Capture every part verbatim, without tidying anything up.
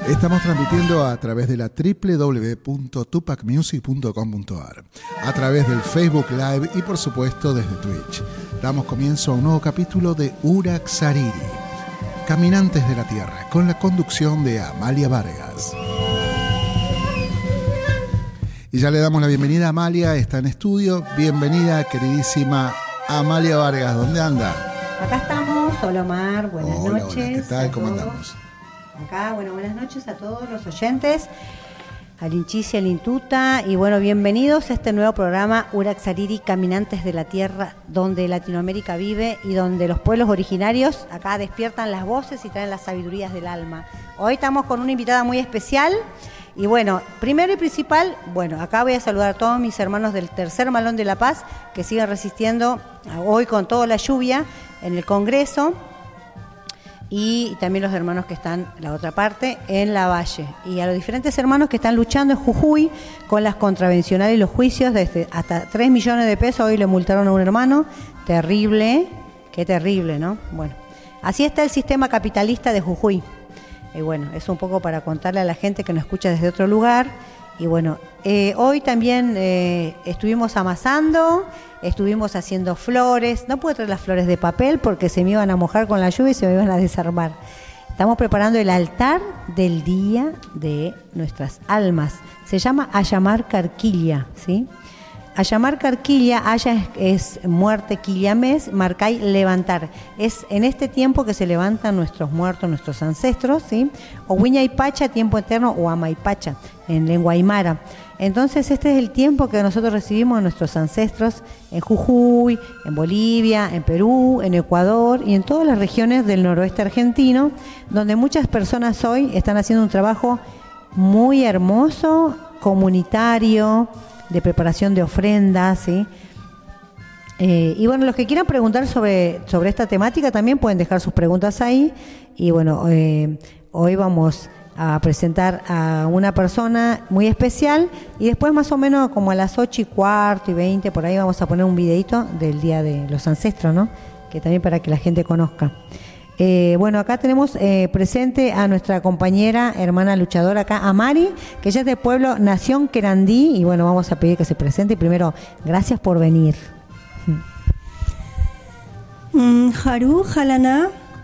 Estamos transmitiendo a través de la doble u doble u doble u punto tupac music punto com punto a r, a través del Facebook Live y por supuesto desde Twitch. Damos comienzo a un nuevo capítulo de Uraxariri, Caminantes de la Tierra, con la conducción de Amalia Vargas. Y ya le damos la bienvenida a Amalia, está en estudio. Bienvenida, queridísima Amalia Vargas, ¿dónde anda? Acá estamos, hola Omar, buenas hola, noches. Hola, ¿qué tal? ¿Cómo andamos? Acá, bueno, buenas noches a todos los oyentes, al Inchisi, al Intuta, y bueno, bienvenidos a este nuevo programa Uraxariri, Caminantes de la Tierra, donde Latinoamérica vive y donde los pueblos originarios acá despiertan las voces y traen las sabidurías del alma. Hoy estamos con una invitada muy especial. Y bueno, primero y principal, bueno, acá voy a saludar a todos mis hermanos del Tercer Malón de La Paz que siguen resistiendo hoy con toda la lluvia en el Congreso, y también los hermanos que están la otra parte en la Valle, y a los diferentes hermanos que están luchando en Jujuy con las contravencionales y los juicios desde hasta tres millones de pesos. Hoy le multaron a un hermano, terrible, qué terrible, ¿no? Bueno, así está el sistema capitalista de Jujuy. Y bueno, es un poco para contarle a la gente que nos escucha desde otro lugar. Y bueno, eh, hoy también eh, estuvimos amasando, estuvimos haciendo flores. No pude traer las flores de papel porque se me iban a mojar con la lluvia y se me iban a desarmar. Estamos preparando el altar del Día de Nuestras Almas. Se llama Ayamar Carquilla, ¿sí? Ayamar Carquilla, Aya es, es muerte, Quillamés, Marcay, levantar. Es en este tiempo que se levantan nuestros muertos, nuestros ancestros, ¿sí? O Huiñaypacha, tiempo eterno, o Amaypacha, en lengua aymara. Entonces este es el tiempo que nosotros recibimos de nuestros ancestros en Jujuy, en Bolivia, en Perú, en Ecuador y en todas las regiones del noroeste argentino, donde muchas personas hoy están haciendo un trabajo muy hermoso, comunitario, de preparación de ofrendas, ¿sí? Eh, y bueno, los que quieran preguntar sobre, sobre esta temática también pueden dejar sus preguntas ahí. Y bueno, eh, hoy vamos a presentar a una persona muy especial y después más o menos como a las ocho y cuarto y veinte, por ahí vamos a poner un videito del Día de los Ancestros, ¿no? Que también para que la gente conozca. Eh, bueno, acá tenemos eh, presente a nuestra compañera, hermana luchadora acá, a Mari, que ella es del pueblo Nación Querandí, y bueno, vamos a pedir que se presente. Y primero, gracias por venir. Mm, Haru, Jalaná,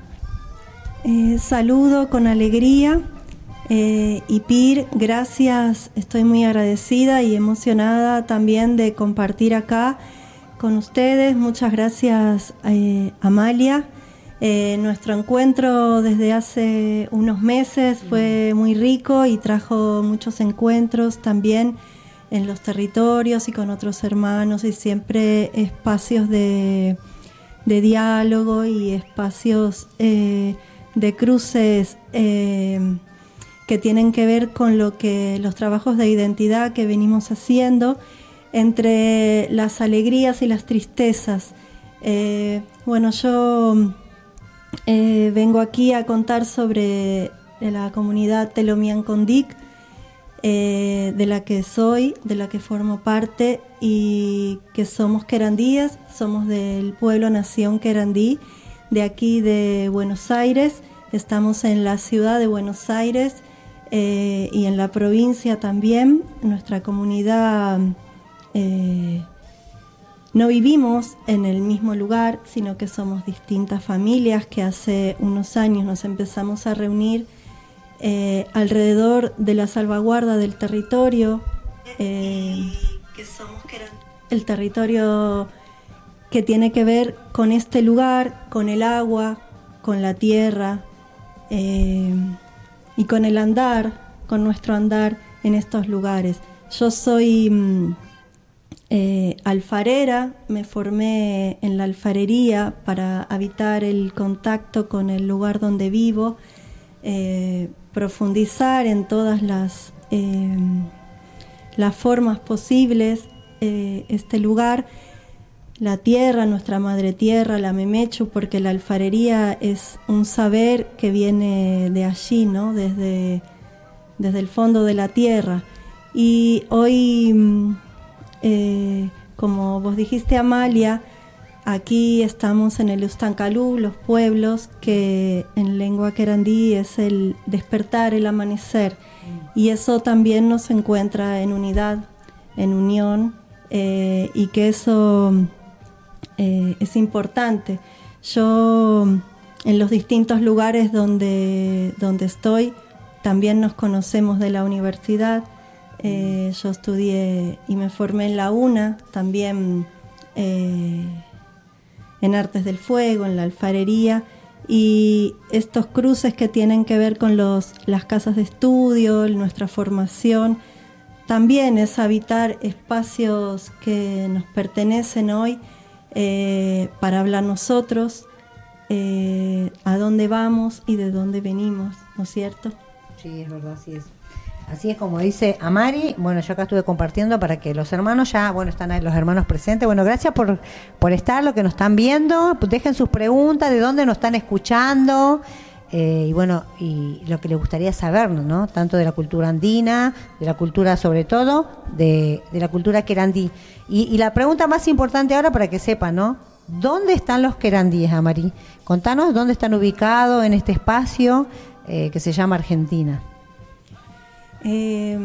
eh, saludo con alegría. Eh, y Pir, gracias, estoy muy agradecida y emocionada también de compartir acá con ustedes. Muchas gracias, eh, Amalia. Eh, nuestro encuentro desde hace unos meses fue muy rico y trajo muchos encuentros también en los territorios y con otros hermanos, y siempre espacios de, de diálogo y espacios eh, de cruces eh, que tienen que ver con lo que los trabajos de identidad que venimos haciendo entre las alegrías y las tristezas. Eh, bueno, yo Eh, vengo aquí a contar sobre la comunidad Telomiancondic, eh, de la que soy, de la que formo parte, y que somos querandíes, somos del pueblo Nación Querandí, de aquí de Buenos Aires. Estamos en la ciudad de Buenos Aires eh, y en la provincia también. Nuestra comunidad eh, no vivimos en el mismo lugar, sino que somos distintas familias que hace unos años nos empezamos a reunir eh, alrededor de la salvaguarda del territorio, eh, el territorio que tiene que ver con este lugar, con el agua, con la tierra eh, y con el andar, con nuestro andar en estos lugares. Yo soy Mm, Eh, alfarera, me formé en la alfarería para evitar el contacto con el lugar donde vivo, eh, profundizar en todas las, eh, las formas posibles eh, este lugar, la tierra, nuestra madre tierra, la Memechu, porque la alfarería es un saber que viene de allí, ¿no? Desde, desde el fondo de la tierra. Y hoy, Eh, como vos dijiste, Amalia, aquí estamos en el Ustankalú, los pueblos, que en lengua querandí es el despertar, el amanecer. Y eso también nos encuentra en unidad, en unión, eh, y que eso eh, es importante. Yo, en los distintos lugares donde, donde estoy, también nos conocemos de la universidad. Eh, yo estudié y me formé en la UNA, también eh, en Artes del Fuego, en la alfarería, y estos cruces que tienen que ver con los, las casas de estudio, nuestra formación, también es habitar espacios que nos pertenecen hoy eh, para hablar nosotros, eh, a dónde vamos y de dónde venimos, ¿no es cierto? Sí, es verdad, así es. Así es como dice Amari. Bueno, yo acá estuve compartiendo para que los hermanos ya, bueno, están ahí los hermanos presentes. Bueno, gracias por, por estar, lo que nos están viendo. Dejen sus preguntas, de dónde nos están escuchando. Eh, y bueno, y lo que les gustaría saber, ¿no? Tanto de la cultura andina, de la cultura sobre todo, de, de la cultura querandí. Y, y la pregunta más importante ahora para que sepan, ¿no? ¿Dónde están los querandíes, Amari? Contanos dónde están ubicados en este espacio eh, que se llama Argentina. Eh,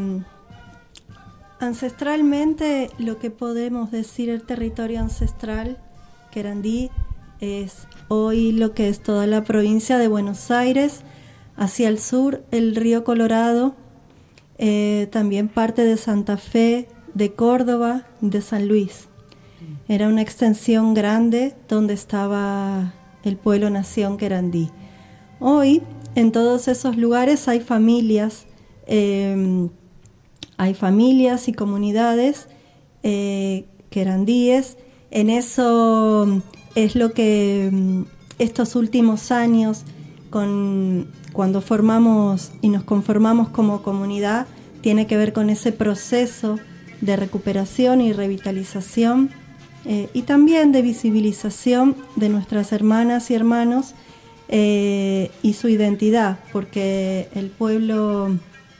ancestralmente, lo que podemos decir el territorio ancestral querandí es hoy lo que es toda la provincia de Buenos Aires, hacia el sur el río Colorado, eh, también parte de Santa Fe, de Córdoba, de San Luis. Era una extensión grande donde estaba el pueblo nación querandí. Hoy en todos esos lugares hay familias. Eh, hay familias y comunidades eh, querandíes. En eso es lo que estos últimos años, con, cuando formamos y nos conformamos como comunidad, tiene que ver con ese proceso de recuperación y revitalización eh, y también de visibilización de nuestras hermanas y hermanos eh, y su identidad, porque el pueblo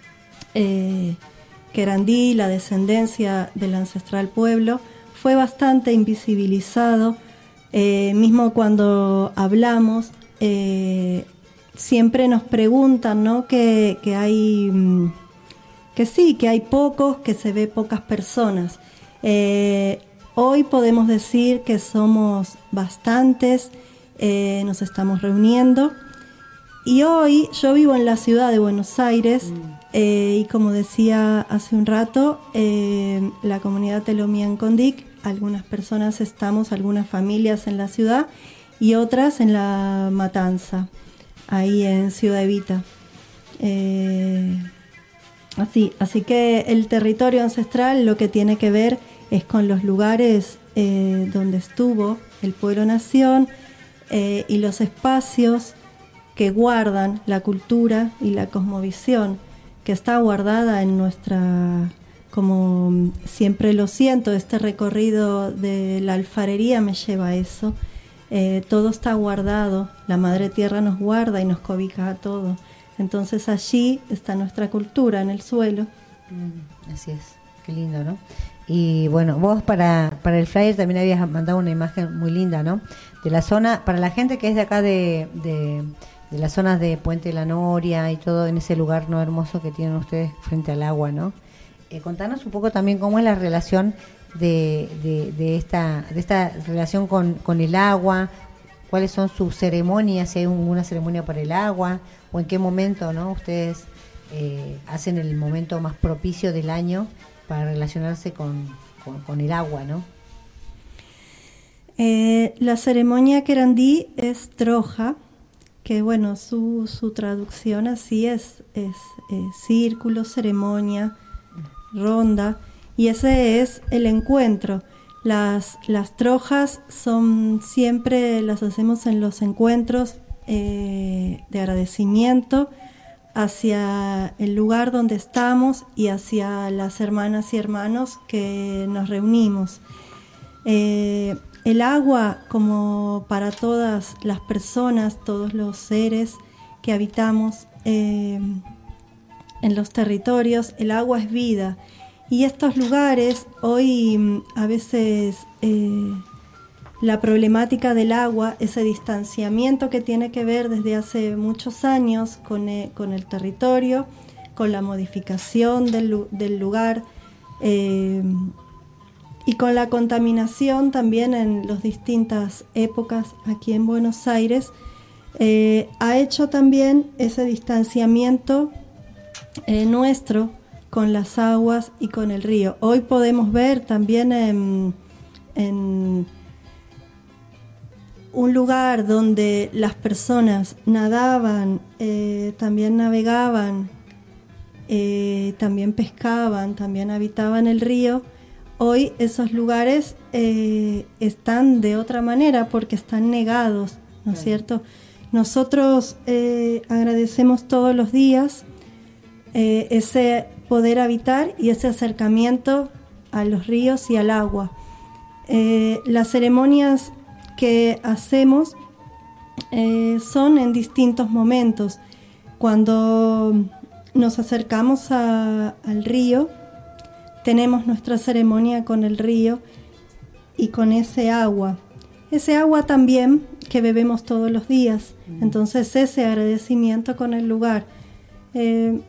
Eh, querandí, la descendencia del ancestral pueblo, fue bastante invisibilizado, eh, mismo cuando hablamos, eh, siempre nos preguntan, ¿no? que, que hay, que sí, que hay pocos, que se ve pocas personas. Eh, hoy podemos decir que somos bastantes, eh, nos estamos reuniendo, y hoy yo vivo en la ciudad de Buenos Aires. Mm. Eh, y como decía hace un rato, eh, la comunidad Telomian Condic, algunas personas estamos, algunas familias en la ciudad y otras en La Matanza, ahí en Ciudad Evita. Eh, así, así que el territorio ancestral lo que tiene que ver es con los lugares eh, donde estuvo el pueblo nación eh, y los espacios que guardan la cultura y la cosmovisión que está guardada en nuestra, como siempre lo siento, este recorrido de la alfarería me lleva a eso. Eh, todo está guardado, la Madre Tierra nos guarda y nos cobija a todo. Entonces allí está nuestra cultura, en el suelo. Mm, así es, qué lindo, ¿no? Y bueno, vos para, para el flyer también habías mandado una imagen muy linda, ¿no? De la zona, para la gente que es de acá de... de de las zonas de Puente de la Noria y todo en ese lugar no hermoso que tienen ustedes frente al agua, ¿no? Eh, contanos un poco también cómo es la relación de, de, de esta de esta relación con, con el agua, cuáles son sus ceremonias, si hay una ceremonia para el agua, o en qué momento, ¿no? Ustedes eh, hacen el momento más propicio del año para relacionarse con, con, con el agua, ¿no? Eh, la ceremonia querandí es troja, que bueno, su, su traducción así es, es, es círculo, ceremonia, ronda, y ese es el encuentro. Las, las trojas son siempre, las hacemos en los encuentros eh, de agradecimiento hacia el lugar donde estamos y hacia las hermanas y hermanos que nos reunimos. Eh, El agua, como para todas las personas, todos los seres que habitamos eh, en los territorios, el agua es vida. Y estos lugares hoy a veces eh, la problemática del agua, ese distanciamiento que tiene que ver desde hace muchos años con el, con el territorio, con la modificación del, del lugar eh, y con la contaminación también en las distintas épocas aquí en Buenos Aires, eh, ha hecho también ese distanciamiento eh, nuestro con las aguas y con el río. Hoy podemos ver también en, en un lugar donde las personas nadaban, eh, también navegaban, eh, también pescaban, también habitaban el río. Hoy esos lugares eh, están de otra manera porque están negados, ¿no es cierto? Nosotros eh, agradecemos todos los días eh, ese poder habitar y ese acercamiento a los ríos y al agua. Eh, las ceremonias que hacemos eh, son en distintos momentos. Cuando nos acercamos a, al río, tenemos nuestra ceremonia con el río y con ese agua. Ese agua también que bebemos todos los días. Mm. Entonces ese agradecimiento con el lugar. Eh,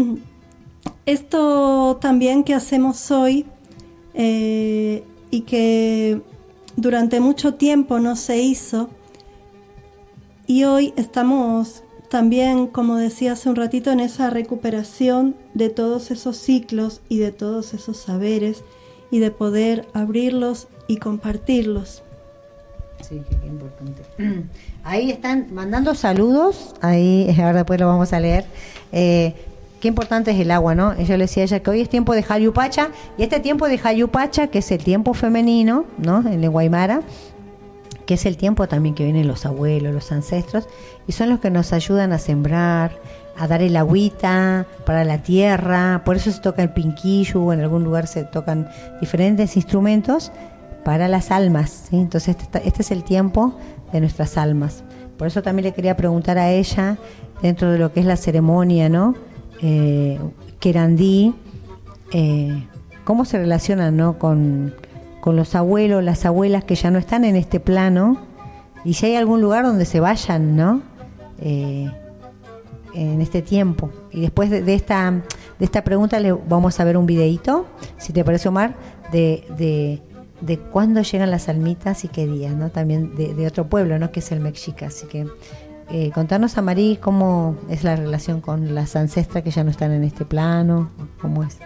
esto también que hacemos hoy eh, y que durante mucho tiempo no se hizo, y hoy estamos también, como decía hace un ratito, en esa recuperación de todos esos ciclos y de todos esos saberes y de poder abrirlos y compartirlos. Sí, qué, qué importante. Ahí están mandando saludos, ahí ahora después lo vamos a leer. Eh, qué importante es el agua, ¿no? Yo le decía a ella que hoy es tiempo de Jayupacha, y este tiempo de Jayupacha, que es el tiempo femenino, ¿no? En lengua aymara, que es el tiempo también que vienen los abuelos, los ancestros, y son los que nos ayudan a sembrar, a dar el agüita para la tierra. Por eso se toca el pinquillo, en algún lugar se tocan diferentes instrumentos para las almas, ¿sí? Entonces este, este es el tiempo de nuestras almas. Por eso también le quería preguntar a ella, dentro de lo que es la ceremonia, ¿no? Eh, Querandí, eh, ¿cómo se relacionan, ¿no? con, con los abuelos, las abuelas que ya no están en este plano, y si hay algún lugar donde se vayan, ¿no? Eh, en este tiempo. Y después de, de esta de esta pregunta le vamos a ver un videíto, si te parece, Omar, de, de, de cuándo llegan las almitas y qué días, ¿no? También de, de otro pueblo, ¿no? Que es el Mexica. Así que eh, contarnos, Amarí, cómo es la relación con las ancestras que ya no están en este plano, cómo es.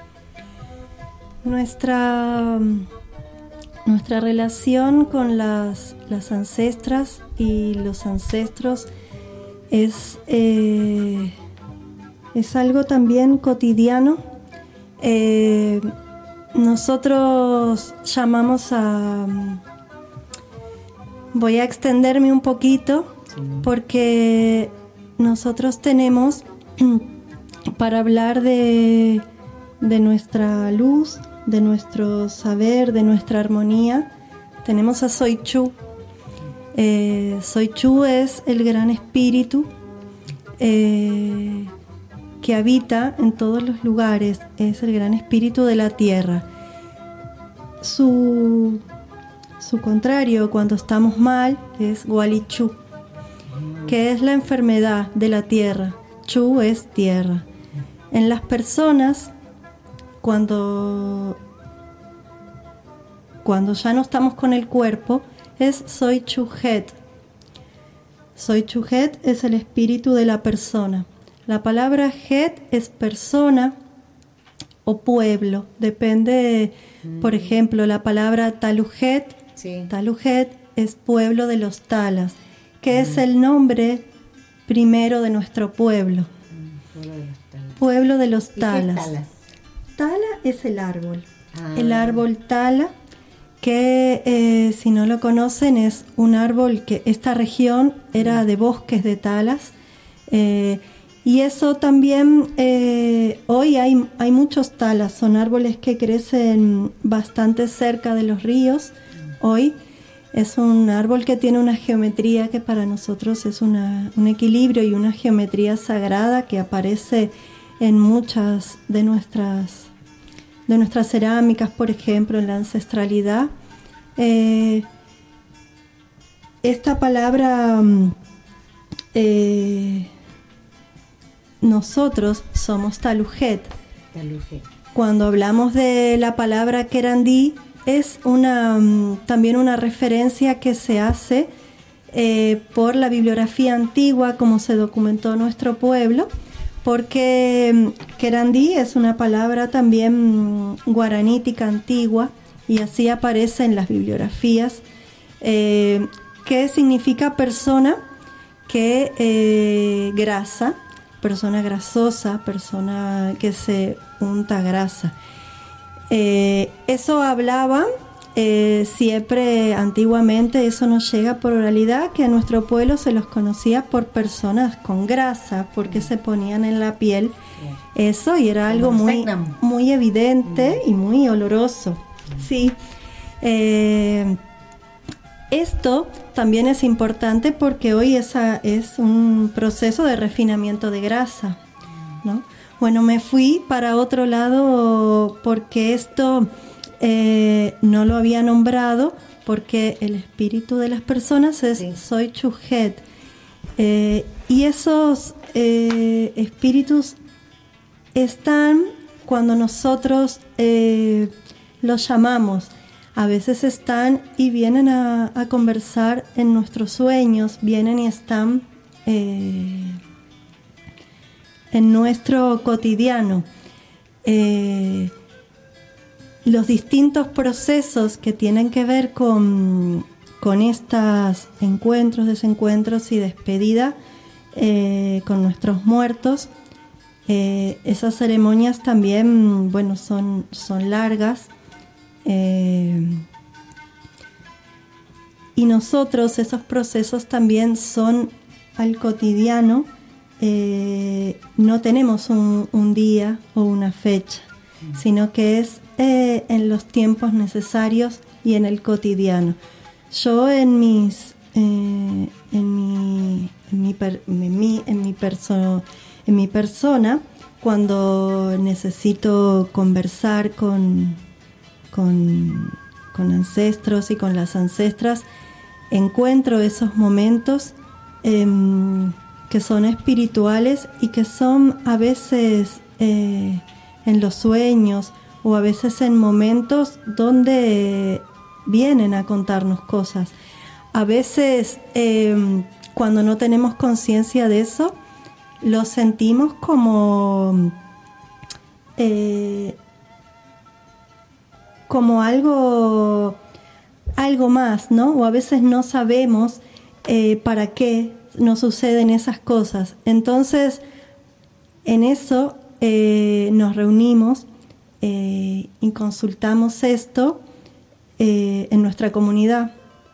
Nuestra nuestra relación con las, las ancestras y los ancestros es, eh, es algo también cotidiano. Eh, nosotros llamamos a... Voy a extenderme un poquito, sí, porque nosotros tenemos, para hablar de, de nuestra luz, de nuestro saber, de nuestra armonía, tenemos a Soichú. Eh, Soichú es el gran espíritu eh, que habita en todos los lugares, es el gran espíritu de la tierra. Su, su contrario, cuando estamos mal, es Gualichú, que es la enfermedad de la tierra. Chú es tierra. En las personas, cuando, cuando ya no estamos con el cuerpo, es Soichú-Het. Soichú-Het es el espíritu de la persona. La palabra Het es persona o pueblo. Depende, mm. por ejemplo, la palabra Talujet. Sí. Talujet es pueblo de los Talas, que mm. es el nombre primero de nuestro pueblo. Mm. Pueblo de los Talas. Pueblo de los Talas. ¿Y qué es Talas? Tala es el árbol. Ah. El árbol Tala, que eh, si no lo conocen, es un árbol que esta región era de bosques de talas, eh, y eso también eh, hoy hay, hay muchos talas, son árboles que crecen bastante cerca de los ríos. Hoy es un árbol que tiene una geometría que para nosotros es una, un equilibrio y una geometría sagrada que aparece en muchas de nuestras de nuestras cerámicas, por ejemplo, en la ancestralidad. Eh, esta palabra, eh, nosotros somos Talujet. Talujet. Cuando hablamos de la palabra Querandí, es una, también una referencia que se hace eh, por la bibliografía antigua, como se documentó nuestro pueblo, porque Querandí es una palabra también guaranítica antigua, y así aparece en las bibliografías, eh, que significa persona que eh, grasa, persona grasosa, persona que se unta grasa. Eh, eso hablaba eh, siempre antiguamente, eso nos llega por oralidad, que a nuestro pueblo se los conocía por personas con grasa, porque se ponían en la piel eso, y era algo muy, muy evidente y muy oloroso. Sí. Eh, esto también es importante porque hoy esa es un proceso de refinamiento de grasa, ¿no? Bueno, me fui para otro lado porque esto eh, no lo había nombrado, porque el espíritu de las personas es sí. Soy Chujet. Eh, y esos eh, espíritus están cuando nosotros eh, los llamamos. A veces están y vienen a, a conversar en nuestros sueños, vienen y están eh, en nuestro cotidiano. Eh, los distintos procesos que tienen que ver con, con estos encuentros, desencuentros y despedida eh, con nuestros muertos, eh, esas ceremonias también, bueno, son, son largas. Eh, y nosotros, esos procesos también son al cotidiano, eh, no tenemos un, un día o una fecha, mm. sino que es eh, en los tiempos necesarios y en el cotidiano. Yo en mis eh, en mi en mi, per, en mi, en mi, perso, en mi persona, cuando necesito conversar con Con, con ancestros y con las ancestras, encuentro esos momentos eh, que son espirituales y que son a veces eh, en los sueños o a veces en momentos donde vienen a contarnos cosas. A veces eh, cuando no tenemos conciencia de eso, lo sentimos como eh, como algo, algo más, ¿no? O a veces no sabemos eh, para qué nos suceden esas cosas. Entonces, en eso eh, nos reunimos eh, y consultamos esto eh, en nuestra comunidad.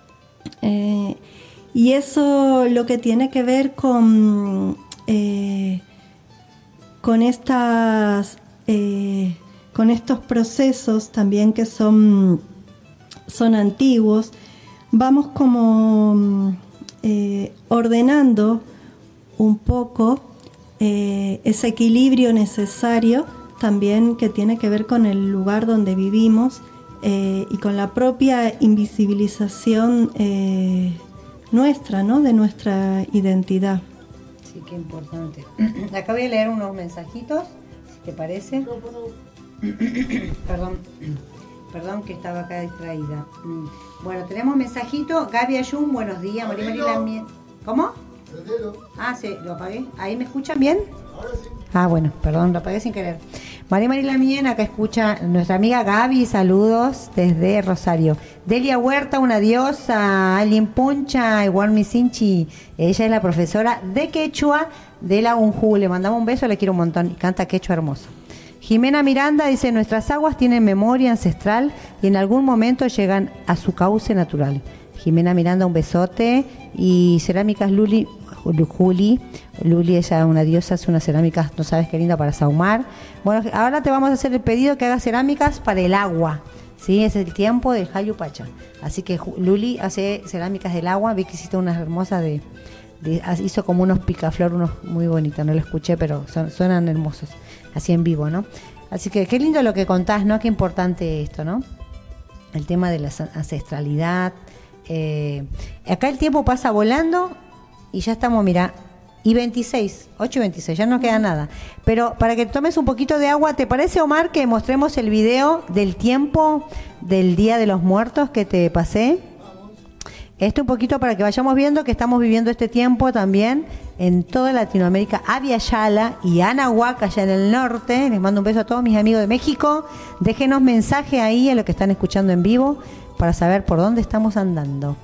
Eh, y eso lo que tiene que ver con, eh, con estas... Eh, con estos procesos también que son, son antiguos, vamos como eh, ordenando un poco eh, ese equilibrio necesario también que tiene que ver con el lugar donde vivimos eh, y con la propia invisibilización eh, nuestra, ¿no? De nuestra identidad. Sí, qué importante. Acá voy a leer unos mensajitos, si te parece. No, no. Perdón, perdón que estaba acá distraída. Bueno, tenemos mensajito. Gaby Ayun, buenos días. María Marila Mien. ¿Cómo? Ah, sí, lo apagué. ¿Ahí me escuchan bien? Ahora sí. Ah, bueno, perdón, lo apagué sin querer. María Marila Mien, acá escucha nuestra amiga Gaby, saludos desde Rosario. Delia Huerta, una diosa. Alien Puncha, igual mi Sinchi. Ella es la profesora de quechua de la U N J U. Le mandamos un beso, le quiero un montón. Y canta quechua hermoso. Jimena Miranda dice, nuestras aguas tienen memoria ancestral y en algún momento llegan a su cauce natural. Jimena Miranda, un besote. Y Cerámicas Luli, Juli, Luli, ella es una diosa, hace unas cerámicas, no sabes qué linda, para sahumar. Bueno, ahora te vamos a hacer el pedido que hagas cerámicas para el agua, ¿sí? Es el tiempo del Hayu Pacha. Así que Luli hace cerámicas del agua, vi que hiciste unas hermosas de... de hizo como unos picaflor, unos muy bonitos, no lo escuché, pero son, suenan hermosos. Así en vivo, ¿no? Así que qué lindo lo que contás, ¿no? Qué importante esto, ¿no? El tema de la ancestralidad, Eh, acá el tiempo pasa volando y ya estamos, mira, y veintiséis, ocho y veintiséis, ya no queda nada. Pero para que tomes un poquito de agua, ¿te parece, Omar, que mostremos el video del tiempo del Día de los Muertos que te pasé? Esto un poquito para que vayamos viendo que estamos viviendo este tiempo también en toda Latinoamérica. Abya Yala y Anahuac, allá en el norte. Les mando un beso a todos mis amigos de México. Déjenos mensaje ahí a los que están escuchando en vivo para saber por dónde estamos andando.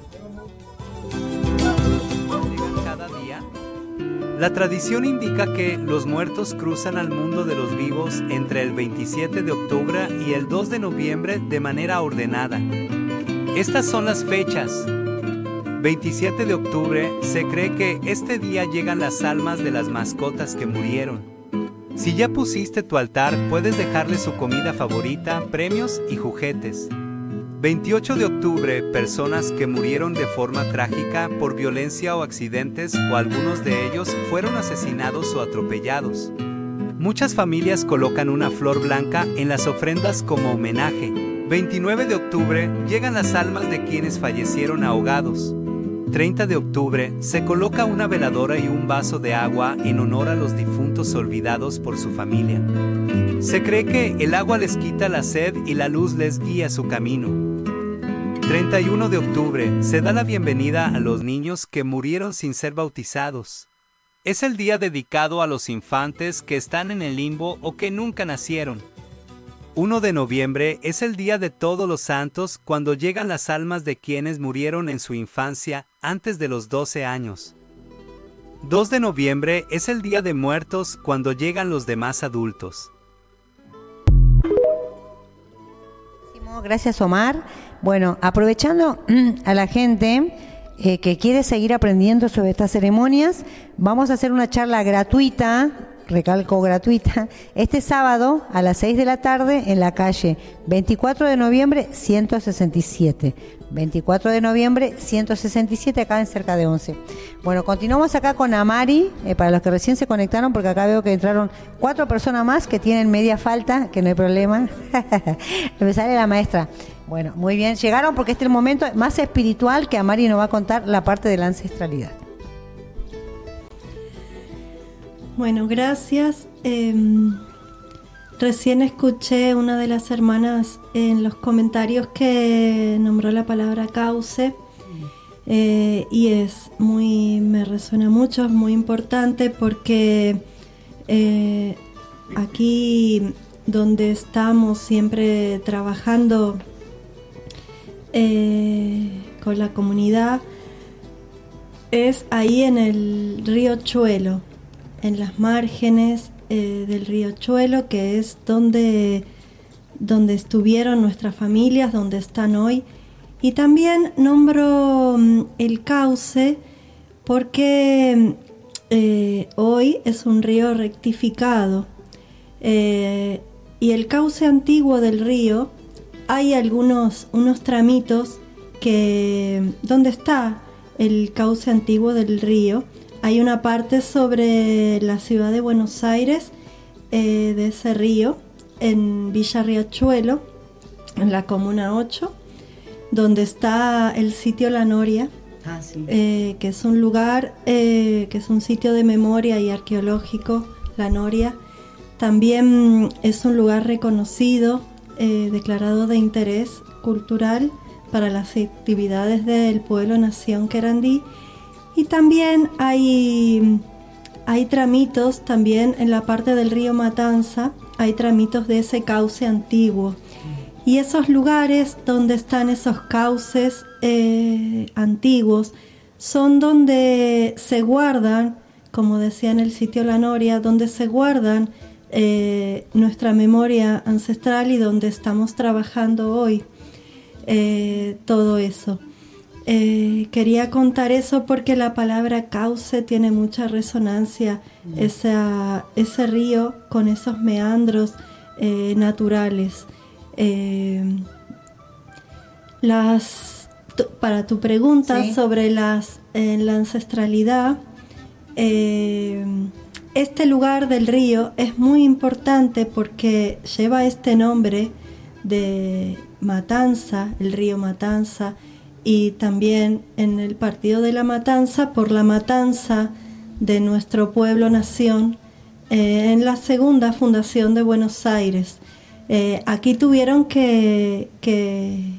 Cada día, la tradición indica que los muertos cruzan al mundo de los vivos entre el veintisiete de octubre y el dos de noviembre de manera ordenada. Estas son las fechas. veintisiete de octubre, se cree que este día llegan las almas de las mascotas que murieron. Si ya pusiste tu altar, puedes dejarle su comida favorita, premios y juguetes. veintiocho de octubre, personas que murieron de forma trágica por violencia o accidentes, o algunos de ellos fueron asesinados o atropellados. Muchas familias colocan una flor blanca en las ofrendas como homenaje. veintinueve de octubre, llegan las almas de quienes fallecieron ahogados. treinta de octubre, se coloca una veladora y un vaso de agua en honor a los difuntos olvidados por su familia. Se cree que el agua les quita la sed y la luz les guía su camino. treinta y uno de octubre, se da la bienvenida a los niños que murieron sin ser bautizados. Es el día dedicado a los infantes que están en el limbo o que nunca nacieron. uno de noviembre es el Día de Todos los Santos, cuando llegan las almas de quienes murieron en su infancia antes de los doce años. dos de noviembre es el Día de Muertos, cuando llegan los demás adultos. Gracias, Omar. Bueno, aprovechando a la gente eh, que quiere seguir aprendiendo sobre estas ceremonias, vamos a hacer una charla gratuita, recalco gratuita, este sábado a las seis de la tarde en la calle veinticuatro de noviembre ciento sesenta y siete. veinticuatro de noviembre ciento sesenta y siete, acá en cerca de once. Bueno, continuamos acá con Amari, eh, para los que recién se conectaron, porque acá veo que entraron cuatro personas más que tienen media falta, que no hay problema. Me sale la maestra. Bueno, muy bien, llegaron porque este es el momento más espiritual que Amari nos va a contar la parte de la ancestralidad. Bueno, gracias. Eh, recién escuché una de las hermanas en los comentarios que nombró la palabra cauce, eh, y es muy, me resuena mucho, es muy importante porque eh, aquí donde estamos siempre trabajando eh, con la comunidad es ahí en el río Chuelo, en las márgenes eh, del río Chuelo, que es donde, donde estuvieron nuestras familias, donde están hoy. Y también nombro um, el cauce porque eh, hoy es un río rectificado. Eh, y el cauce antiguo del río, hay algunos unos tramitos que donde está el cauce antiguo del río. Hay una parte sobre la ciudad de Buenos Aires, eh, de ese río, en Villa Riachuelo, en la Comuna ocho, donde está el sitio La Noria, ah, sí. eh, que es un lugar, eh, que es un sitio de memoria y arqueológico, La Noria. También es un lugar reconocido, eh, declarado de interés cultural para las actividades del pueblo Nación Querandí. Y también hay, hay tramitos, también en la parte del río Matanza, hay tramitos de ese cauce antiguo. Y esos lugares donde están esos cauces eh, antiguos son donde se guardan, como decía en el sitio La Noria, donde se guardan eh, nuestra memoria ancestral y donde estamos trabajando hoy eh, todo eso. Eh, quería contar eso porque la palabra cauce tiene mucha resonancia, mm. esa, ese río con esos meandros eh, naturales. Eh, las, t- para tu pregunta sí. sobre las, eh, la ancestralidad, eh, este lugar del río es muy importante porque lleva este nombre de Matanza, el río Matanza. y también en el partido de la Matanza, por la matanza de nuestro pueblo-nación eh, en la segunda fundación de Buenos Aires. Eh, aquí tuvieron que, que...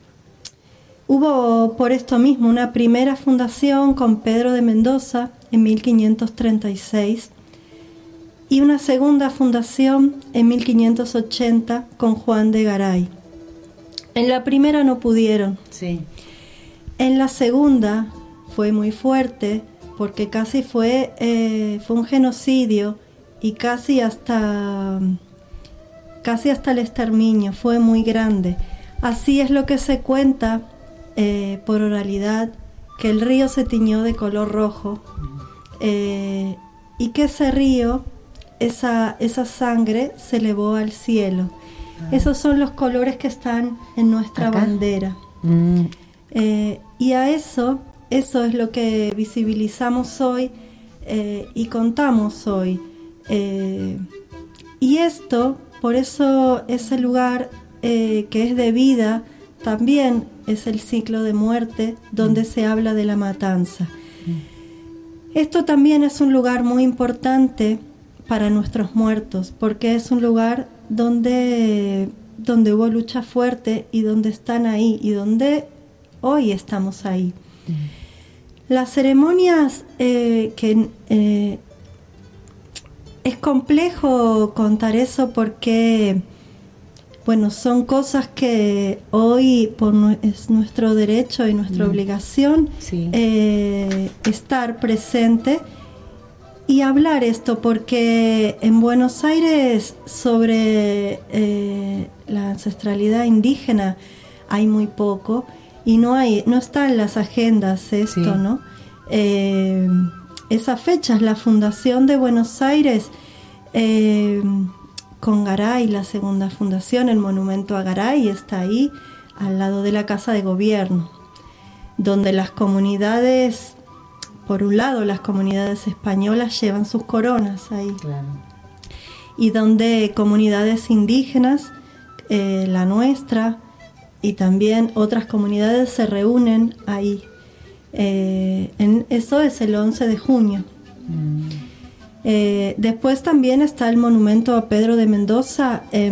Hubo por esto mismo una primera fundación con Pedro de Mendoza en mil quinientos treinta y seis y una segunda fundación en mil quinientos ochenta con Juan de Garay. En la primera no pudieron. Sí. En la segunda fue muy fuerte porque casi fue, eh, fue un genocidio y casi hasta, casi hasta el exterminio, fue muy grande. Así es lo que se cuenta eh, por oralidad, que el río se tiñó de color rojo eh, y que ese río, esa, esa sangre se elevó al cielo. Ah. Esos son los colores que están en nuestra ¿Acá? bandera. Mm. Eh, y a eso, eso es lo que visibilizamos hoy eh, y contamos hoy. Eh, y esto, por eso ese lugar eh, que es de vida, también es el ciclo de muerte donde mm. se habla de la matanza. Mm. Esto también es un lugar muy importante para nuestros muertos, porque es un lugar donde, donde hubo lucha fuerte y donde están ahí y donde hoy estamos ahí. Mm. Las ceremonias eh, que eh, es complejo contar eso porque, bueno, son cosas que hoy por nu- es nuestro derecho y nuestra mm. obligación sí. eh, estar presente y hablar esto, porque en Buenos Aires sobre eh, la ancestralidad indígena hay muy poco y no hay, no está en las agendas esto, sí. ¿no? Eh, esa fecha es la fundación de Buenos Aires eh, con Garay, la segunda fundación, el monumento a Garay está ahí al lado de la Casa de Gobierno, donde las comunidades, por un lado las comunidades españolas llevan sus coronas ahí, claro. y donde comunidades indígenas, eh, la nuestra y también otras comunidades se reúnen ahí. Eh, en, eso es el once de junio. Mm. Eh, después también está el monumento a Pedro de Mendoza, eh,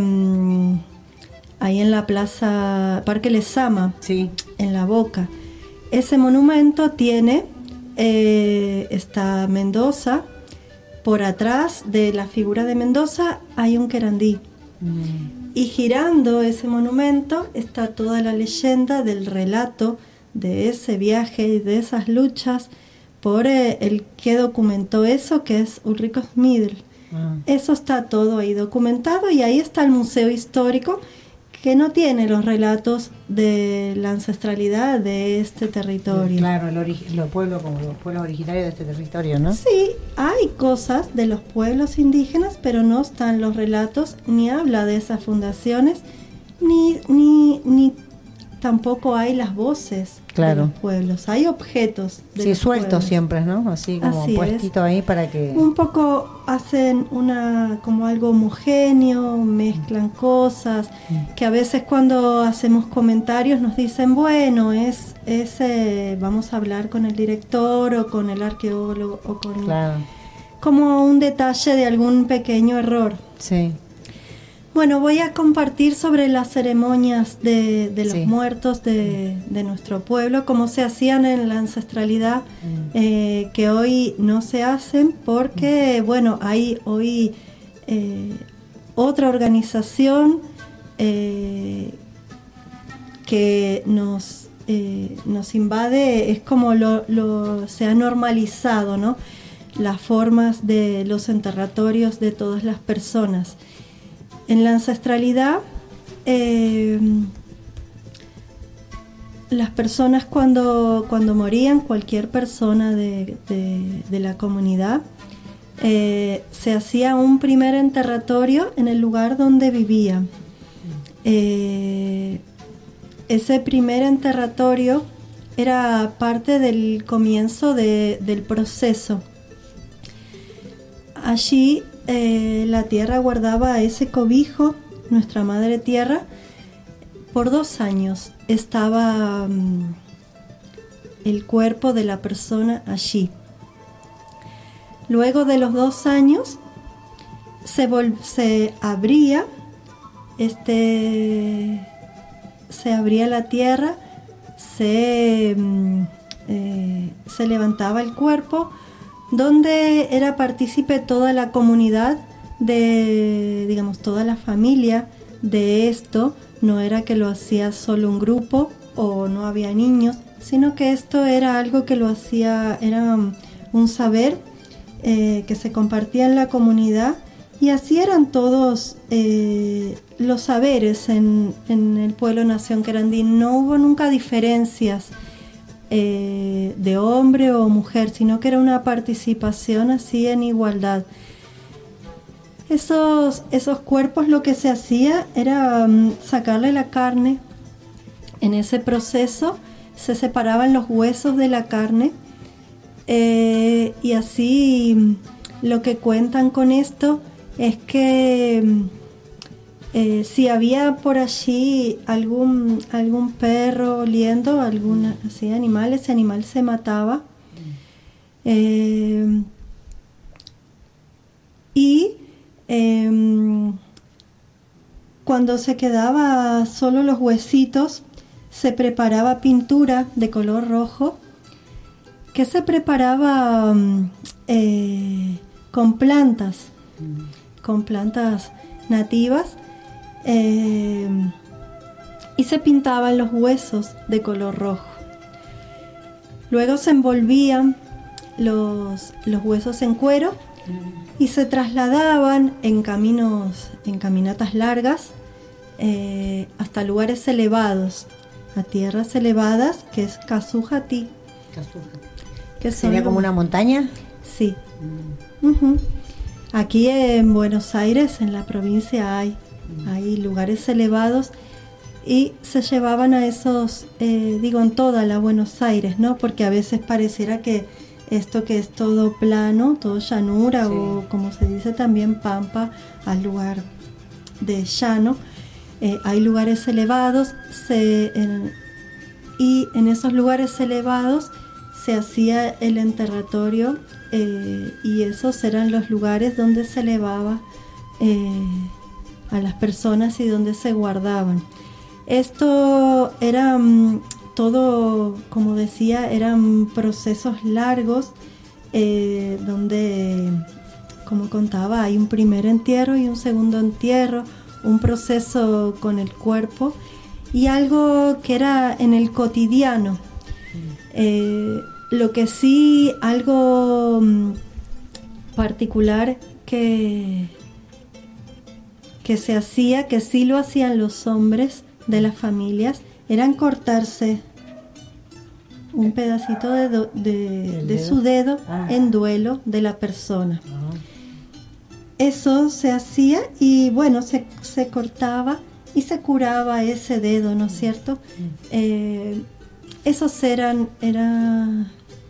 ahí en la plaza Parque Lezama, sí. en La Boca. Ese monumento tiene, eh, está Mendoza, por atrás de la figura de Mendoza hay un querandí. Mm. Y girando ese monumento está toda la leyenda del relato de ese viaje y de esas luchas por eh, el que documentó eso, que es Ulrico Smidl. Ah. Eso está todo ahí documentado y ahí está el Museo Histórico, que no tiene los relatos de la ancestralidad de este territorio. Claro, el ori- los pueblos como los pueblos originarios de este territorio, ¿no? Sí, hay cosas de los pueblos indígenas, pero no están los relatos, ni habla de esas fundaciones, ni, ni, ni tampoco hay las voces claro. de los pueblos. Hay objetos de sí, los sueltos pueblos. Siempre, ¿no? Así como Así puestito es. Ahí para que... Un poco hacen una como algo homogéneo, mezclan cosas, mm. que a veces cuando hacemos comentarios nos dicen, bueno, es, es eh, vamos a hablar con el director o con el arqueólogo o con... Claro. Como un detalle de algún pequeño error. Sí. Bueno, voy a compartir sobre las ceremonias de, de los sí. muertos de, de nuestro pueblo, cómo se hacían en la ancestralidad, mm. eh, que hoy no se hacen porque, mm. bueno, hay hoy eh, otra organización eh, que nos, eh, nos invade, es como lo, lo se ha normalizado, ¿no? Las formas de los enterratorios de todas las personas. En la ancestralidad, eh, las personas cuando, cuando morían, cualquier persona de, de, de la comunidad, eh, se hacía un primer enterratorio en el lugar donde vivía. Eh, ese primer enterratorio era parte del comienzo de, del proceso. Allí Eh, la tierra guardaba ese cobijo, nuestra madre tierra, por dos años. Estaba, el cuerpo de la persona allí. Luego de los dos años se, vol- se abría este se abría la tierra, se, eh, se levantaba el cuerpo, donde era partícipe toda la comunidad, de, digamos, toda la familia de esto. No era que lo hacía solo un grupo o no había niños, sino que esto era algo que lo hacía, era un saber eh, que se compartía en la comunidad, y así eran todos eh, los saberes en, en el pueblo Nación Querandí. No hubo nunca diferencias eh, de hombre o mujer, sino que era una participación así en igualdad. Esos, esos cuerpos, lo que se hacía era um, sacarle la carne. En ese proceso se separaban los huesos de la carne, eh, y así lo que cuentan con esto es que eh, si había por allí algún, algún perro oliendo, algún así animal, ese animal se mataba. Eh, y eh, cuando se quedaba solo los huesitos, se preparaba pintura de color rojo, que se preparaba eh, con plantas, con plantas nativas, eh, y se pintaban los huesos de color rojo. Luego se envolvían los, los huesos en cuero y se trasladaban en caminos, en caminatas largas, eh, hasta lugares elevados, a tierras elevadas, que es Cazujatí. Que ¿Sería como una montaña? Sí. Mm. Uh-huh. Aquí en Buenos Aires, en la provincia, hay, mm. hay lugares elevados, y se llevaban a esos, eh, digo, en toda la Buenos Aires, ¿no? Porque a veces pareciera que esto que es todo plano, todo llanura, sí, o como se dice también pampa, al lugar de llano. Eh, hay lugares elevados, se, en, y en esos lugares elevados se hacía el enterratorio, eh, y esos eran los lugares donde se elevaba eh, a las personas y donde se guardaban. Esto era um, todo, como decía, eran procesos largos, eh, donde, como contaba, hay un primer entierro y un segundo entierro, un proceso con el cuerpo y algo que era en el cotidiano. Eh, lo que sí, algo um, particular que, que se hacía, que sí lo hacían los hombres de las familias, eran cortarse un pedacito de, do, de, de su dedo ah. en duelo de la persona. Ah. Eso se hacía y bueno, se, se cortaba y se curaba ese dedo, ¿no es cierto? Mm. Eh, esos eran, era,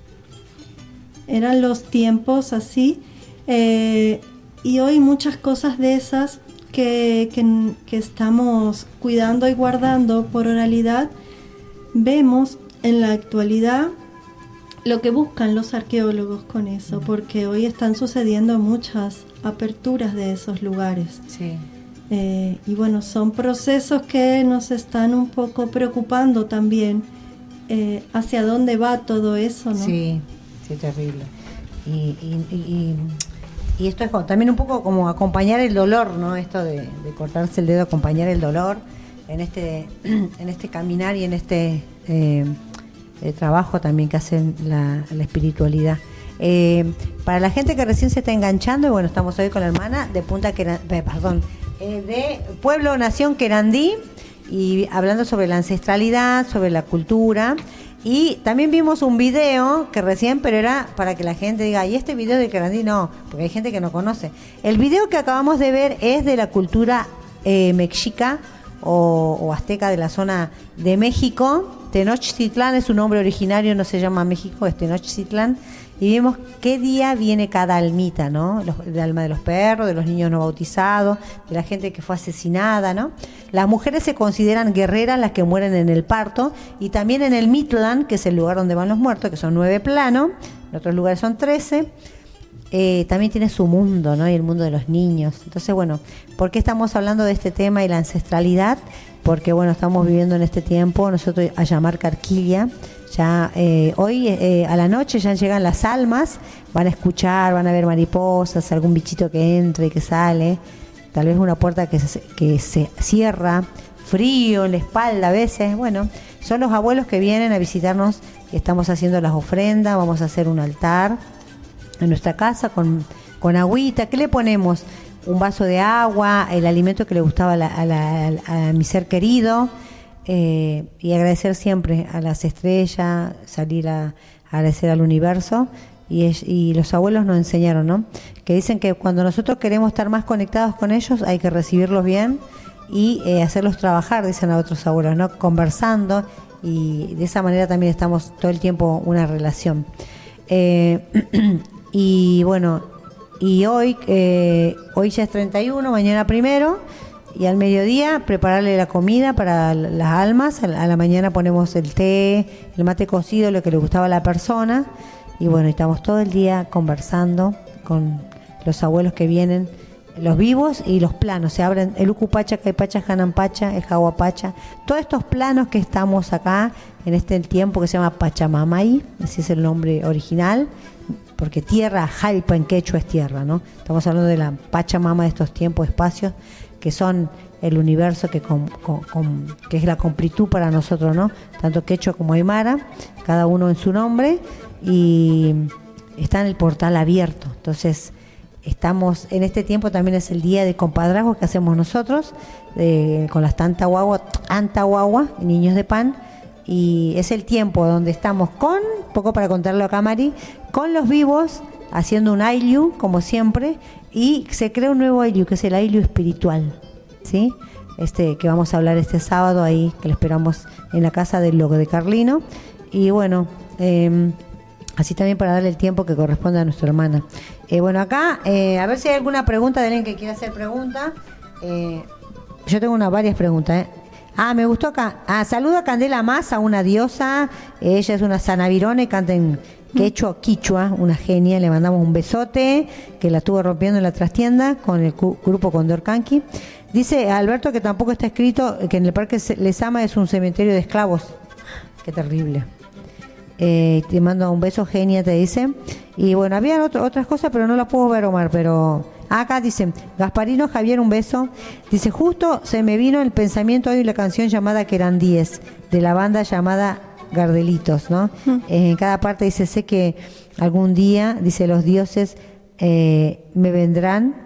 eran los tiempos así, eh, y hoy muchas cosas de esas que, que, que estamos cuidando y guardando por oralidad, vemos en la actualidad lo que buscan los arqueólogos con eso, porque hoy están sucediendo muchas aperturas de esos lugares. Sí. Eh, y bueno, son procesos que nos están un poco preocupando también, eh, hacia dónde va todo eso, ¿no? Sí, sí, terrible. Y, y, y, y esto es como, también un poco como acompañar el dolor, ¿no? Esto de, de cortarse el dedo, acompañar el dolor en este, en este caminar y en este eh, eh, trabajo también que hacen la, la espiritualidad. Eh, para la gente que recién se está enganchando, bueno, estamos hoy con la hermana de Punta Querandí, perdón, eh, de Pueblo Nación Querandí, y hablando sobre la ancestralidad, sobre la cultura. Y también vimos un video que recién, pero era para que la gente diga, ¿y este video de Querandí? No, porque hay gente que no conoce. El video que acabamos de ver es de la cultura eh, mexica o, o azteca de la zona de México. Tenochtitlán es su nombre originario, no se llama México, es Tenochtitlán. y vimos qué día viene cada almita, ¿no? Los, el alma de los perros, de los niños no bautizados, de la gente que fue asesinada, ¿no? Las mujeres se consideran guerreras las que mueren en el parto, y también en el Midland, que es el lugar donde van los muertos, que son nueve planos, en otros lugares son trece. Eh, también tiene su mundo, ¿no? Y el mundo de los niños. Entonces, bueno, ¿por qué estamos hablando de este tema y la ancestralidad? Porque, bueno, estamos viviendo en este tiempo, nosotros a llamar Carquilla, ya eh, hoy eh, a la noche ya llegan las almas, van a escuchar, van a ver mariposas, algún bichito que entra y que sale, tal vez una puerta que se, que se cierra, frío en la espalda a veces. Bueno, son los abuelos que vienen a visitarnos, y estamos haciendo las ofrendas, vamos a hacer un altar en nuestra casa con, con agüita. ¿Qué le ponemos? Un vaso de agua, el alimento que le gustaba a, la, a, la, a mi ser querido, eh, y agradecer siempre a las estrellas, salir a, a agradecer al universo. Y, es, y los abuelos nos enseñaron, ¿no? Que dicen que cuando nosotros queremos estar más conectados con ellos, hay que recibirlos bien y eh, hacerlos trabajar, dicen a otros abuelos, ¿no? Conversando, y de esa manera también estamos todo el tiempo una relación. Eh, y bueno, y hoy eh, hoy ya es treinta y uno, mañana primero, y al mediodía prepararle la comida para las almas. A la, a la mañana ponemos el té, el mate cocido, lo que le gustaba a la persona, y bueno, estamos todo el día conversando con los abuelos que vienen, los vivos y los planos. Se abren el Ucupacha, Caipacha, Janampacha, el Jaguapacha, todos estos planos que estamos acá en este tiempo que se llama Pachamamay, ese es el nombre original, porque tierra, Jalpa en quechua es tierra, ¿no? Estamos hablando de la Pachamama, de estos tiempos, espacios, que son el universo, que, con, con, con, que es la completud para nosotros, ¿no? Tanto quechua como aymara, cada uno en su nombre, y está en el portal abierto. Entonces, estamos en este tiempo, también es el día de compadrazgo que hacemos nosotros, de, con las tantahuagua, antahuagua, niños de pan. Y es el tiempo donde estamos con, poco para contarlo a Mari, con los vivos, haciendo un Ayllu, como siempre, y se crea un nuevo Ayllu, que es el Ayllu espiritual, ¿sí? Este, que vamos a hablar este sábado ahí, que lo esperamos en la casa del loco de Carlino. Y bueno, eh, así también para darle el tiempo que corresponde a nuestra hermana. Eh, bueno, acá, eh, a ver si hay alguna pregunta de alguien que quiera hacer pregunta. Eh, yo tengo unas varias preguntas, ¿eh? Ah, me gustó acá. Ah, saludo a Candela Massa, una diosa. Ella es una sanavirona y canta en quechua, quichua, una genia. Le mandamos un besote, que la estuvo rompiendo en la trastienda con el cu- grupo Condor Canqui. Dice Alberto que tampoco está escrito que en el Parque Lezama es un cementerio de esclavos. Qué terrible. Eh, te mando un beso, genia, te dice. Y bueno, había otro, otras cosas, pero no las puedo ver, Omar, pero... Acá dice, Gasparino Javier, un beso. Dice, justo se me vino el pensamiento hoy la canción llamada Querandíes, de la banda llamada Gardelitos, ¿no? Mm. Eh, en cada parte dice, sé que algún día, dice, los dioses eh, me vendrán,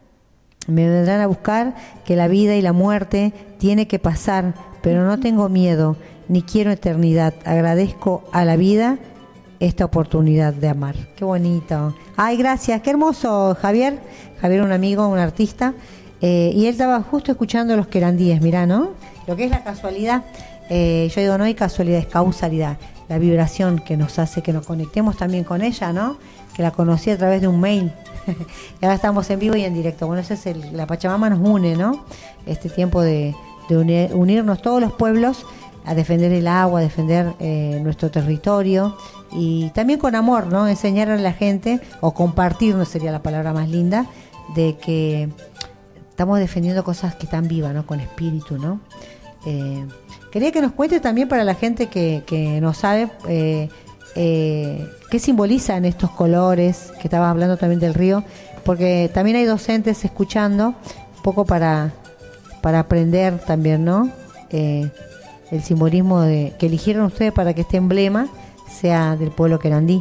me vendrán a buscar, que la vida y la muerte tiene que pasar, pero no tengo miedo, ni quiero eternidad. Agradezco a la vida esta oportunidad de amar. Qué bonito. Ay, gracias, qué hermoso, Javier. Javier, un amigo, un artista, eh, y él estaba justo escuchando los querandíes, mirá, ¿no? Lo que es la casualidad. Eh, yo digo, no hay casualidad, es causalidad. La vibración que nos hace que nos conectemos también con ella, ¿no? Que la conocí a través de un mail. Y ahora estamos en vivo y en directo. Bueno, ese es el, la Pachamama nos une, ¿no? Este tiempo de, de unir, unirnos todos los pueblos a defender el agua, a defender eh, nuestro territorio, y también con amor, ¿no? Enseñar a la gente, o compartir, no sería la palabra más linda, de que estamos defendiendo cosas que están vivas, ¿no? Con espíritu, ¿no? Eh, quería que nos cuente también, para la gente que, que no sabe, eh, eh, qué simbolizan estos colores, que estabas hablando también del río, porque también hay docentes escuchando, un poco para, para aprender también, ¿no? Eh, el simbolismo de, que eligieron ustedes para que este emblema sea del pueblo querandí.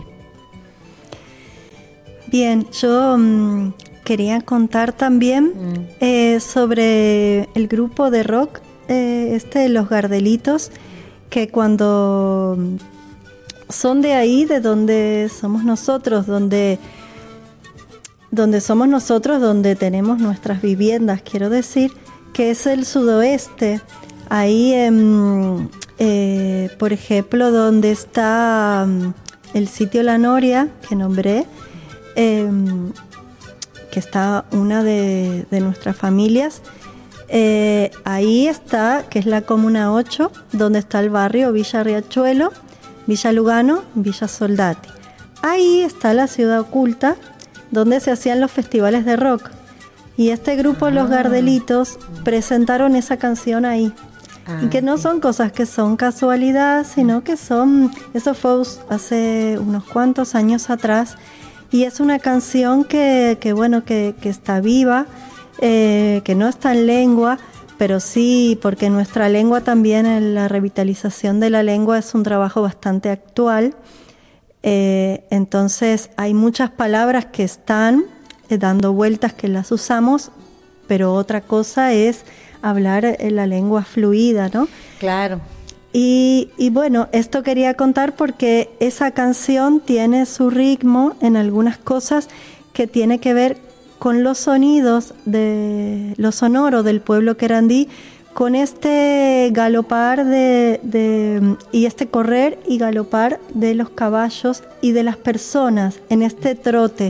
Bien, yo mmm, quería contar también mm. eh, sobre el grupo de rock, eh, este de los Gardelitos, que cuando son de ahí, de donde somos nosotros, donde, donde somos nosotros, donde tenemos nuestras viviendas, quiero decir, que es el sudoeste. Ahí, eh, eh, por ejemplo, donde está el sitio La Noria, que nombré, eh, que está una de, de nuestras familias, eh, ahí está, que es la Comuna ocho, donde está el barrio Villa Riachuelo, Villa Lugano, Villa Soldati. Ahí está la Ciudad Oculta, donde se hacían los festivales de rock. Y este grupo, ah. Los Gardelitos, presentaron esa canción ahí. Ah, y que no son cosas que son casualidad, sino que son... Eso fue hace unos cuantos años atrás. Y es una canción que, que bueno, que, que está viva, eh, que no está en lengua, pero sí, porque nuestra lengua también, en la revitalización de la lengua, es un trabajo bastante actual. Eh, entonces hay muchas palabras que están eh, dando vueltas, que las usamos, pero otra cosa es hablar en la lengua fluida, ¿no? Claro. Y, y bueno, esto quería contar porque esa canción tiene su ritmo en algunas cosas que tiene que ver con los sonidos, de lo sonoro del pueblo querandí, con este galopar de, de, y este correr y galopar de los caballos y de las personas en este trote.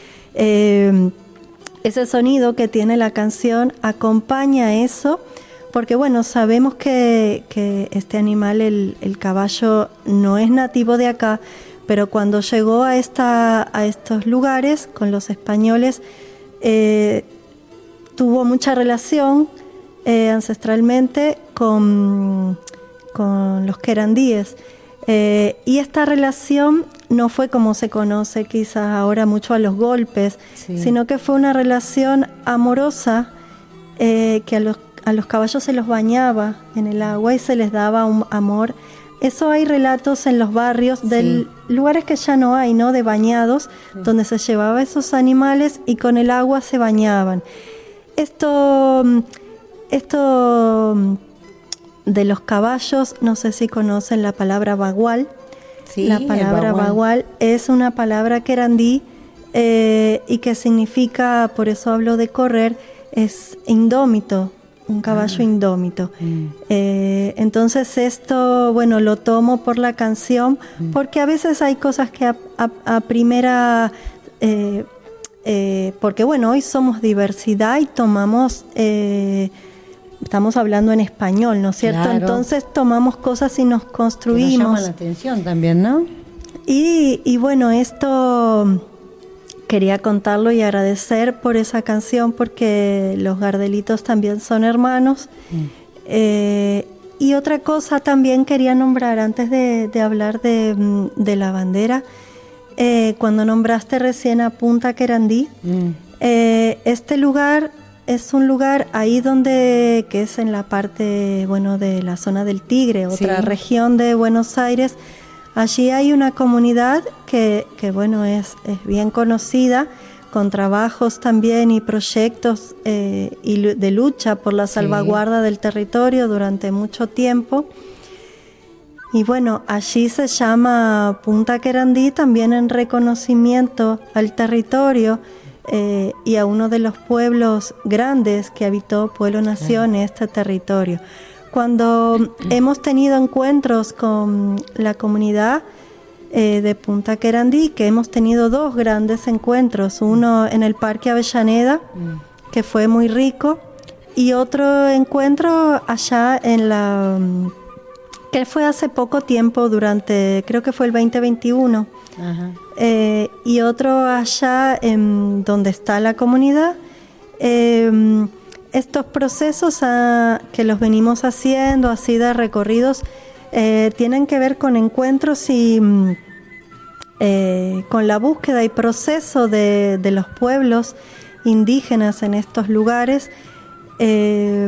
Eh, ese sonido que tiene la canción acompaña eso, porque bueno, sabemos que, que este animal, el, el caballo, no es nativo de acá, pero cuando llegó a, esta, a estos lugares con los españoles, eh, tuvo mucha relación eh, ancestralmente con, con los querandíes. Eh, y esta relación no fue como se conoce quizás ahora mucho a los golpes, sí. sino que fue una relación amorosa, eh, que a los, a los caballos se los bañaba en el agua y se les daba un amor. Eso hay relatos en los barrios de sí. lugares que ya no hay, ¿no? De bañados, sí. donde se llevaba esos animales y con el agua se bañaban. Esto, esto de los caballos, no sé si conocen la palabra bagual. Sí, la palabra bagual. bagual es una palabra querandí eh, y que significa, por eso hablo de correr, es indómito. Un caballo ah. indómito. Mm. Eh, entonces esto, bueno, lo tomo por la canción, mm. porque a veces hay cosas que a, a, a primera... Eh, eh, porque bueno, hoy somos diversidad y tomamos... Eh, estamos hablando en español, ¿no es cierto? Claro. Entonces tomamos cosas y nos construimos. Nos llama la atención también, ¿no? Y, y bueno, esto... Quería contarlo y agradecer por esa canción, porque los Gardelitos también son hermanos. Mm. Eh, y otra cosa también quería nombrar antes de, de hablar de, de la bandera. Eh, cuando nombraste recién a Punta Querandí, mm. eh, este lugar es un lugar ahí donde, que es en la parte, bueno, de la zona del Tigre, otra sí. región de Buenos Aires. Allí hay una comunidad que, que bueno, es, es bien conocida, con trabajos también y proyectos eh, y de lucha por la salvaguarda sí. del territorio durante mucho tiempo. Y bueno, allí se llama Punta Querandí también en reconocimiento al territorio eh, y a uno de los pueblos grandes que habitó, pueblo-nación, en este territorio. Cuando hemos tenido encuentros con la comunidad eh, de Punta Querandí, que hemos tenido dos grandes encuentros, uno en el Parque Avellaneda, mm. que fue muy rico, y otro encuentro allá en la... que fue hace poco tiempo, durante, creo que fue el veinte veintiuno, Ajá. Eh, y otro allá en donde está la comunidad. Eh, Estos procesos ah, que los venimos haciendo, así de recorridos, eh, tienen que ver con encuentros y eh, con la búsqueda y proceso de, de los pueblos indígenas en estos lugares. Eh,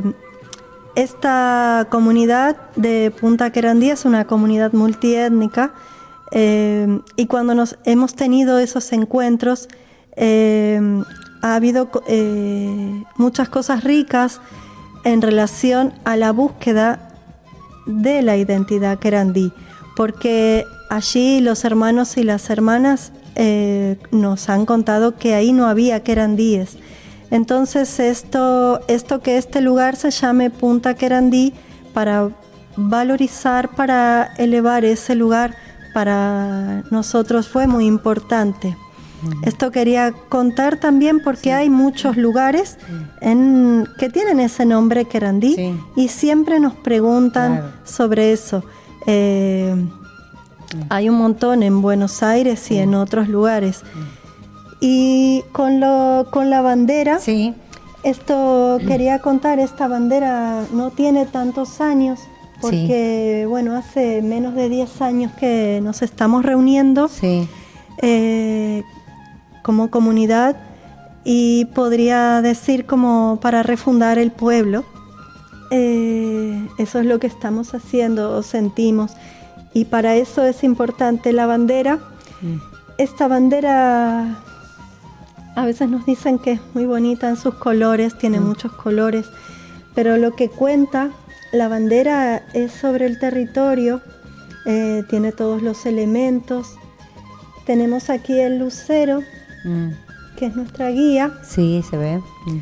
esta comunidad de Punta Querandí es una comunidad multiétnica eh, y cuando nos hemos tenido esos encuentros, eh, ha habido eh, muchas cosas ricas en relación a la búsqueda de la identidad querandí, porque allí los hermanos y las hermanas eh, nos han contado que ahí no había querandíes. Entonces esto, esto que este lugar se llame Punta Querandí, para valorizar, para elevar ese lugar para nosotros fue muy importante. Esto quería contar también porque sí. hay muchos lugares en, que tienen ese nombre Querandí sí. y siempre nos preguntan claro. sobre eso. Eh, sí. Hay un montón en Buenos Aires y sí. en otros lugares. Sí. Y con, lo, con la bandera, sí. esto quería contar, esta bandera no tiene tantos años porque, sí. bueno, hace menos de diez años que nos estamos reuniendo. Sí. Eh, como comunidad y podría decir como para refundar el pueblo. Eh, eso es lo que estamos haciendo o sentimos y para eso es importante la bandera. Mm. Esta bandera a veces nos dicen que es muy bonita en sus colores, tiene mm. muchos colores, pero lo que cuenta la bandera es sobre el territorio, eh, tiene todos los elementos. Tenemos aquí el lucero, mm. que es nuestra guía. Sí, se ve. Mm.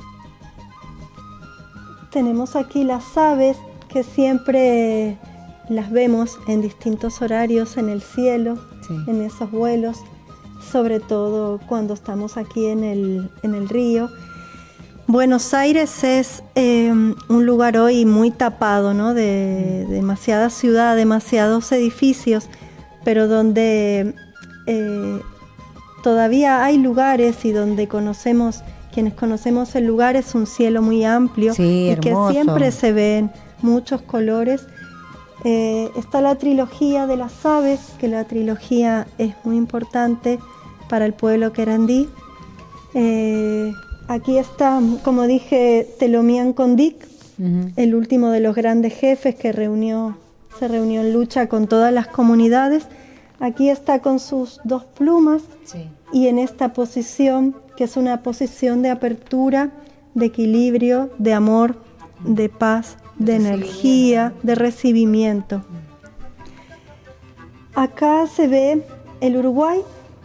Tenemos aquí las aves, que siempre las vemos en distintos horarios en el cielo, sí. en esos vuelos, sobre todo cuando estamos aquí en el, en el río. Buenos Aires es eh, un lugar hoy muy tapado, ¿no? De, de demasiada ciudad, demasiados edificios, pero donde... Eh, todavía hay lugares y donde conocemos, quienes conocemos el lugar es un cielo muy amplio sí, y hermoso. que siempre se ven muchos colores. Eh, está la trilogía de las aves, que la trilogía es muy importante para el pueblo querandí. Eh, aquí está, como dije, Telomian Condic, uh-huh. el último de los grandes jefes que reunió, se reunió en lucha con todas las comunidades. Aquí está con sus dos plumas sí. y en esta posición, que es una posición de apertura, de equilibrio, de amor, de paz, de energía, de recibimiento. Acá se ve el Uruguay,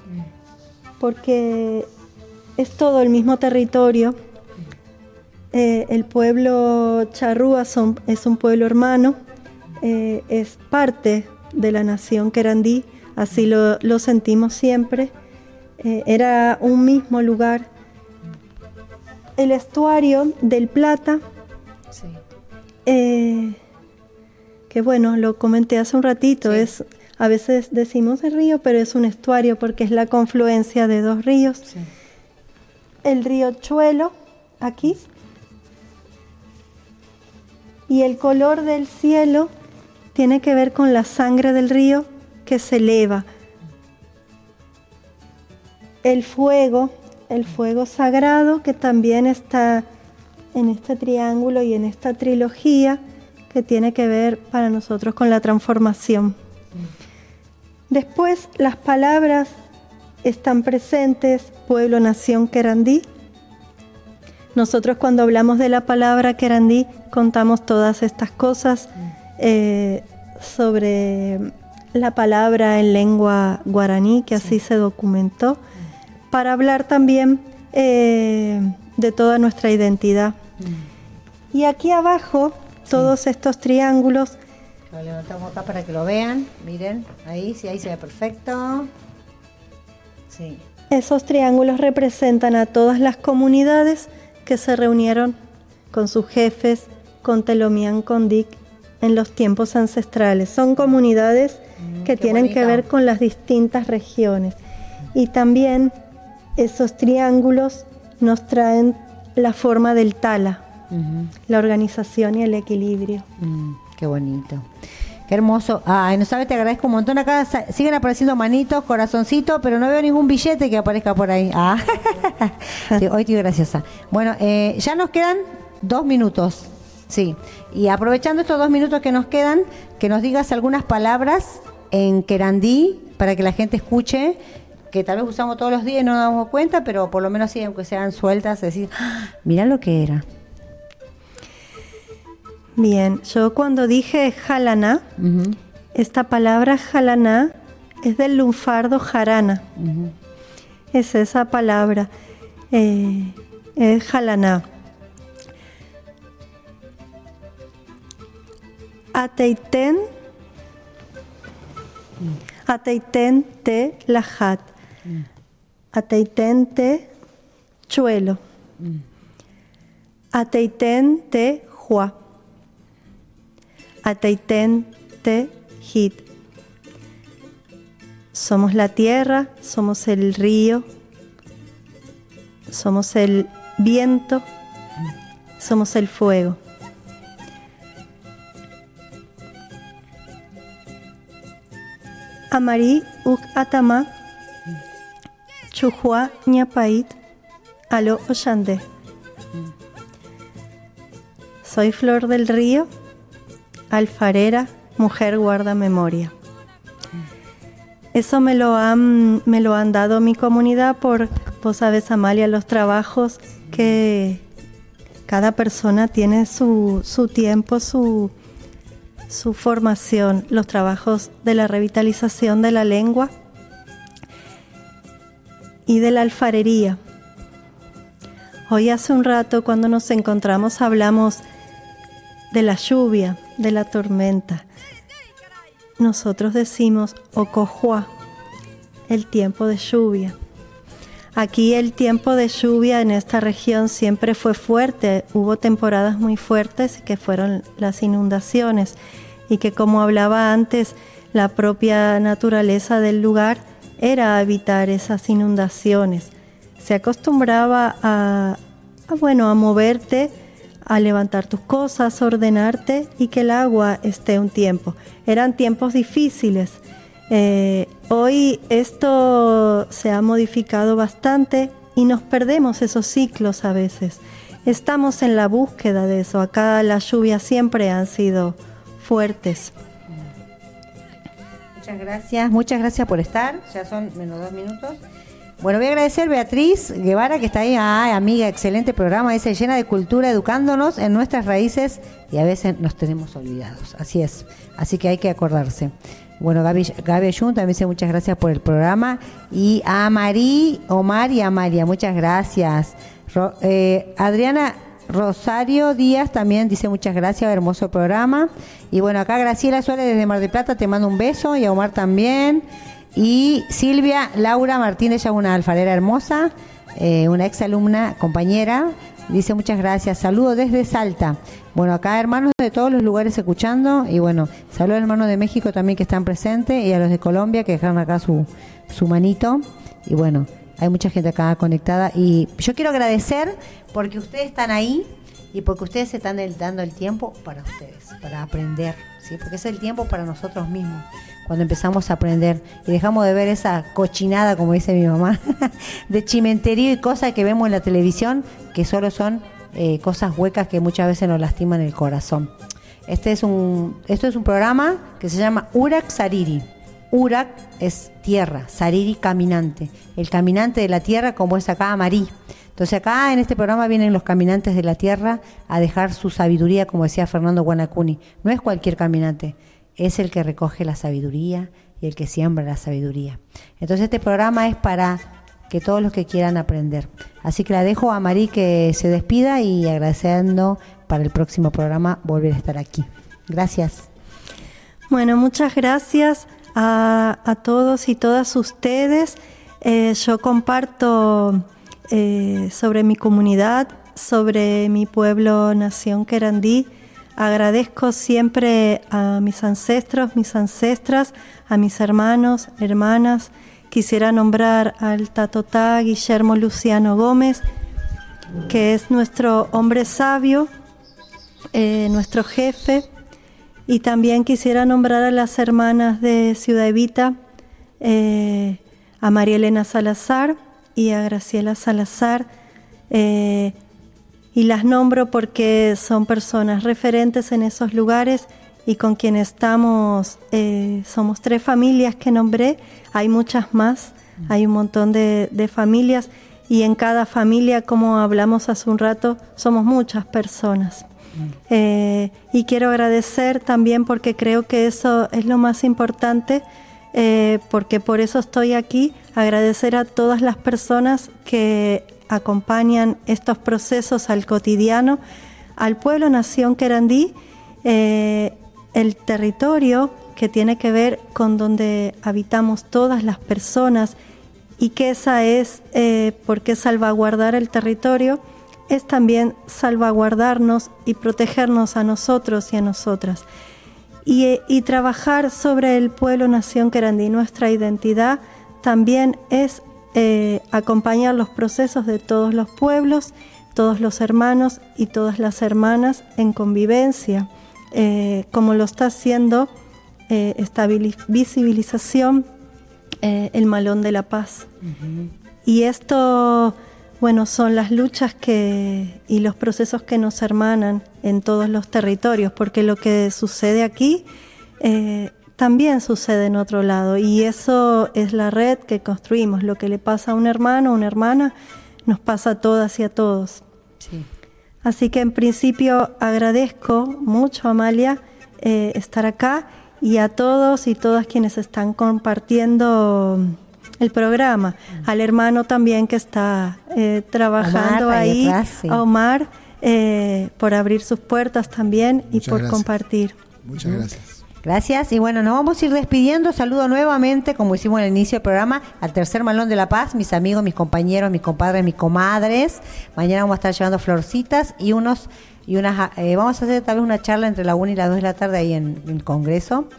porque es todo el mismo territorio. Eh, el pueblo charrúa son, es un pueblo hermano, eh, es parte de la nación querandí. Así lo, lo sentimos siempre. Eh, era un mismo lugar. El estuario del Plata, sí. eh, que bueno, lo comenté hace un ratito, sí. es, a veces decimos el río, pero es un estuario porque es la confluencia de dos ríos. Sí. El río Chuelo, aquí. Y el color del cielo tiene que ver con la sangre del río, que se eleva. El fuego, el fuego sagrado que también está en este triángulo y en esta trilogía que tiene que ver para nosotros con la transformación. Después las palabras están presentes, pueblo, nación, querandí. Nosotros cuando hablamos de la palabra querandí contamos todas estas cosas eh, sobre la palabra en lengua guaraní, que así sí. se documentó, para hablar también eh, de toda nuestra identidad. Mm. Y aquí abajo, sí. todos estos triángulos. Lo levantamos acá para que lo vean, miren, ahí, sí, ahí se ve perfecto. Sí. Esos triángulos representan a todas las comunidades que se reunieron con sus jefes, con Telomian Condic, en los tiempos ancestrales. Son comunidades mm, que tienen bonito. que ver con las distintas regiones. Y también esos triángulos nos traen la forma del tala, uh-huh. la organización y el equilibrio. Mm, qué bonito. Qué hermoso. Ay, no sabes, te agradezco un montón. Acá siguen apareciendo manitos, corazoncitos, pero no veo ningún billete que aparezca por ahí. Ah. Sí, hoy estoy graciosa. Bueno, eh, ya nos quedan dos minutos. Sí, y aprovechando estos dos minutos que nos quedan, que nos digas algunas palabras en querandí para que la gente escuche, que tal vez usamos todos los días y no nos damos cuenta, pero por lo menos sí, aunque sean sueltas, decir, ¡ah! Mirá lo que era. Bien, yo cuando dije jalaná, uh-huh. esta palabra jalaná es del lunfardo jarana. Uh-huh. Es esa palabra, eh, es jalaná. Ateitén, Ateiten te lajat. Mm. Ateiten te chuelo. Mm. Ateiten te jua. Ateiten te hit. Somos la tierra, somos el río, somos el viento, somos el fuego. Amari uk atama, chujua ñapait, alo oshande. Soy flor del río, alfarera, mujer guarda memoria. Eso me lo han, me lo han dado mi comunidad por, vos sabes, Amalia, los trabajos que cada persona tiene su, su tiempo, su, su formación, los trabajos de la revitalización de la lengua y de la alfarería. Hoy hace un rato cuando nos encontramos hablamos de la lluvia, de la tormenta. Nosotros decimos Ocojuá, el tiempo de lluvia. Aquí el tiempo de lluvia en esta región siempre fue fuerte. Hubo temporadas muy fuertes que fueron las inundaciones y que, como hablaba antes, la propia naturaleza del lugar era evitar esas inundaciones. Se acostumbraba a, a bueno, a moverte, a levantar tus cosas, ordenarte y que el agua esté un tiempo. Eran tiempos difíciles. Eh, hoy esto se ha modificado bastante y nos perdemos esos ciclos a veces. Estamos en la búsqueda de eso. Acá las lluvias siempre han sido fuertes. Muchas gracias, muchas gracias por estar. Ya son menos dos minutos. Bueno, voy a agradecer a Beatriz Guevara, que está ahí. Ay, amiga, excelente programa, dice, llena de cultura, educándonos en nuestras raíces y a veces nos tenemos olvidados. Así es, así que hay que acordarse. Bueno, Gaby, Gaby Ayun también dice muchas gracias por el programa. Y a Marí, Omar y a María, muchas gracias. Ro, eh, Adriana Rosario Díaz también dice muchas gracias, hermoso programa. Y bueno, acá Graciela Suárez desde Mar del Plata te mando un beso, y a Omar también. Y Silvia Laura Martínez, ya una alfarera hermosa, eh, una ex alumna, compañera, dice muchas gracias, saludos desde Salta. Bueno, acá hermanos de todos los lugares escuchando, y bueno, saludos a hermanos de México también que están presentes, y a los de Colombia que dejaron acá su, su manito, y bueno, hay mucha gente acá conectada, y yo quiero agradecer porque ustedes están ahí, y porque ustedes se están dando el tiempo para ustedes, para aprender, ¿sí? Porque es el tiempo para nosotros mismos, cuando empezamos a aprender y dejamos de ver esa cochinada, como dice mi mamá, de chimentería y cosas que vemos en la televisión, que solo son eh, cosas huecas que muchas veces nos lastiman el corazón. Este es un, esto es un programa que se llama Urak Sariri. Urak es tierra, Sariri caminante, el caminante de la tierra, como es acá Marí. Entonces acá en este programa vienen los caminantes de la tierra a dejar su sabiduría, como decía Fernando Guanacuni. No es cualquier caminante, es el que recoge la sabiduría y el que siembra la sabiduría. Entonces este programa es para que todos los que quieran aprender. Así que la dejo a Marí que se despida y agradeciendo para el próximo programa volver a estar aquí. Gracias. Bueno, muchas gracias a, a todos y todas ustedes. Eh, yo comparto eh, sobre mi comunidad, sobre mi pueblo, Nación Querandí. Agradezco siempre a mis ancestros, mis ancestras, a mis hermanos, hermanas. Quisiera nombrar al Tatotá Guillermo Luciano Gómez, que es nuestro hombre sabio, eh, nuestro jefe. Y también quisiera nombrar a las hermanas de Ciudad Evita, eh, a María Elena Salazar y a Graciela Salazar. Eh, Y las nombro porque son personas referentes en esos lugares y con quienes estamos, eh, somos tres familias que nombré, hay muchas más, hay un montón de, de familias y en cada familia, como hablamos hace un rato, somos muchas personas. Eh, y quiero agradecer también porque creo que eso es lo más importante, eh, porque por eso estoy aquí, agradecer a todas las personas que acompañan estos procesos al cotidiano, al pueblo Nación Querandí, eh, el territorio que tiene que ver con donde habitamos todas las personas, y que esa es, eh, porque salvaguardar el territorio es también salvaguardarnos y protegernos a nosotros y a nosotras. Y, y trabajar sobre el pueblo nación querandí, nuestra identidad, también es eh, acompañar los procesos de todos los pueblos, todos los hermanos y todas las hermanas en convivencia, eh, como lo está haciendo eh, esta visibilización, eh, el Malón de la Paz. Uh-huh. Y esto, bueno, son las luchas que y los procesos que nos hermanan en todos los territorios, porque lo que sucede aquí eh, también sucede en otro lado, y eso es la red que construimos. Lo que le pasa a un hermano o una hermana nos pasa a todas y a todos. Sí. Así que en principio agradezco mucho, Amalia, eh, estar acá, y a todos y todas quienes están compartiendo el programa, al hermano también que está eh, trabajando Omar, ahí, ahí atrás, sí. A Omar, eh, por abrir sus puertas también. Muchas y por gracias. Compartir. Muchas gracias. Gracias, y bueno, nos vamos a ir despidiendo. Saludo nuevamente, como hicimos al inicio del programa, al tercer Malón de la Paz, mis amigos, mis compañeros, mis compadres, mis comadres. Mañana vamos a estar llevando florcitas y unos y unas eh, vamos a hacer tal vez una charla entre la una y las dos de la tarde ahí en el Congreso.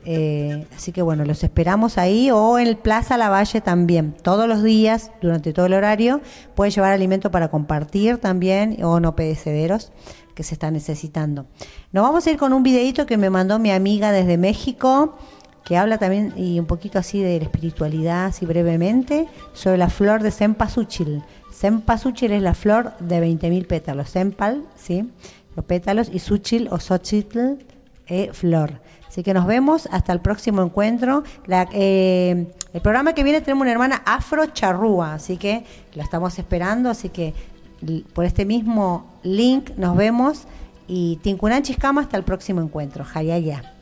Eh, así que bueno, los esperamos ahí, o en el Plaza Lavalle también, todos los días, durante todo el horario. Pueden llevar alimento para compartir también, o no perecederos que se está necesitando. Nos vamos a ir con un videito que me mandó mi amiga desde México, que habla también y un poquito así de la espiritualidad, así brevemente, sobre la flor de cempasúchil. Cempasúchil es la flor de veinte mil pétalos, cempal, ¿sí? Los pétalos, y súchil o xochitl, eh, flor. Así que nos vemos hasta el próximo encuentro. La, eh, el programa que viene tenemos una hermana afro charrúa, así que la estamos esperando, así que por este mismo link nos vemos, y Tincunan Chiscama hasta el próximo encuentro. Jayaya.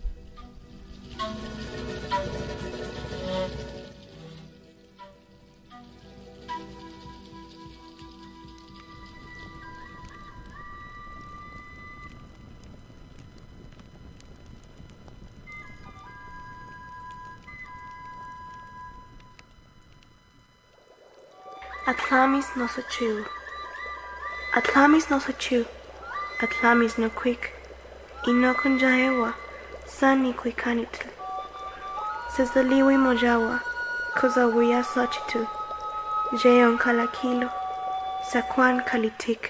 Atlamis no sochu, Atlamis no sochu, Atlamis no quick, y no kunjaewa, san ni quikanitl. Says the liwi mojawa, kozawiya sochitu, jeon kalakilo, sakwan kalitik.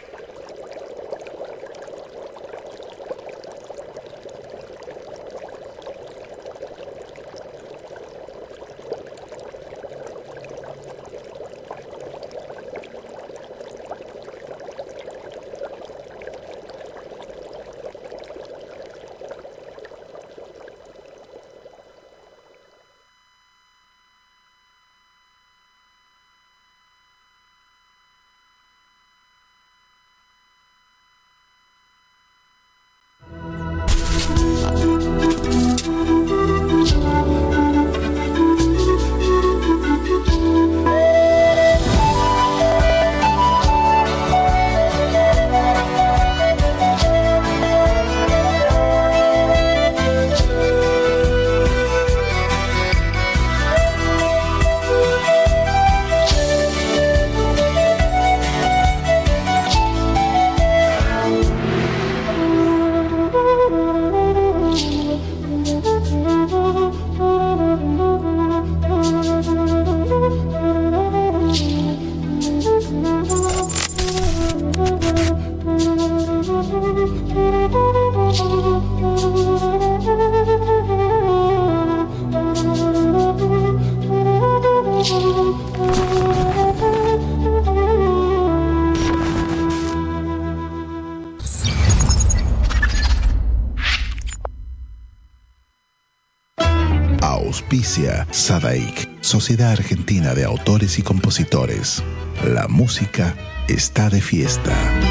Auspicia Sadaik, Sociedad Argentina de Autores y Compositores. La música está de fiesta.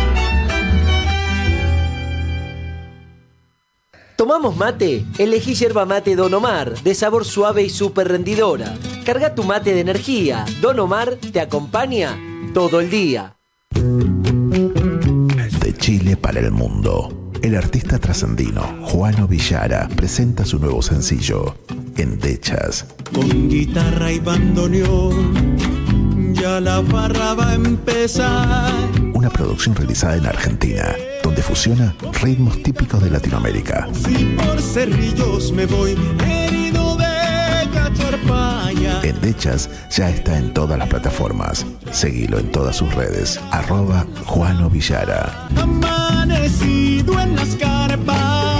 ¿Tomamos mate? Elegí yerba mate Don Omar, de sabor suave y súper rendidora. Carga tu mate de energía. Don Omar te acompaña todo el día. De Chile para el mundo. El artista trasandino Juano Villara presenta su nuevo sencillo, Endechas. Con guitarra y bandoneón, ya la farra va a empezar. Una producción realizada en Argentina, donde fusiona ritmos típicos de Latinoamérica. Si por Cerrillos me voy herido de cacharpaya. Endechas ya está en todas las plataformas. Seguilo en todas sus redes, arroba Juano Villara. Amanecido en las carpas.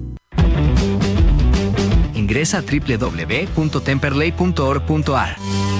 Ingresa a doble u doble u doble u punto temperley punto org punto a r.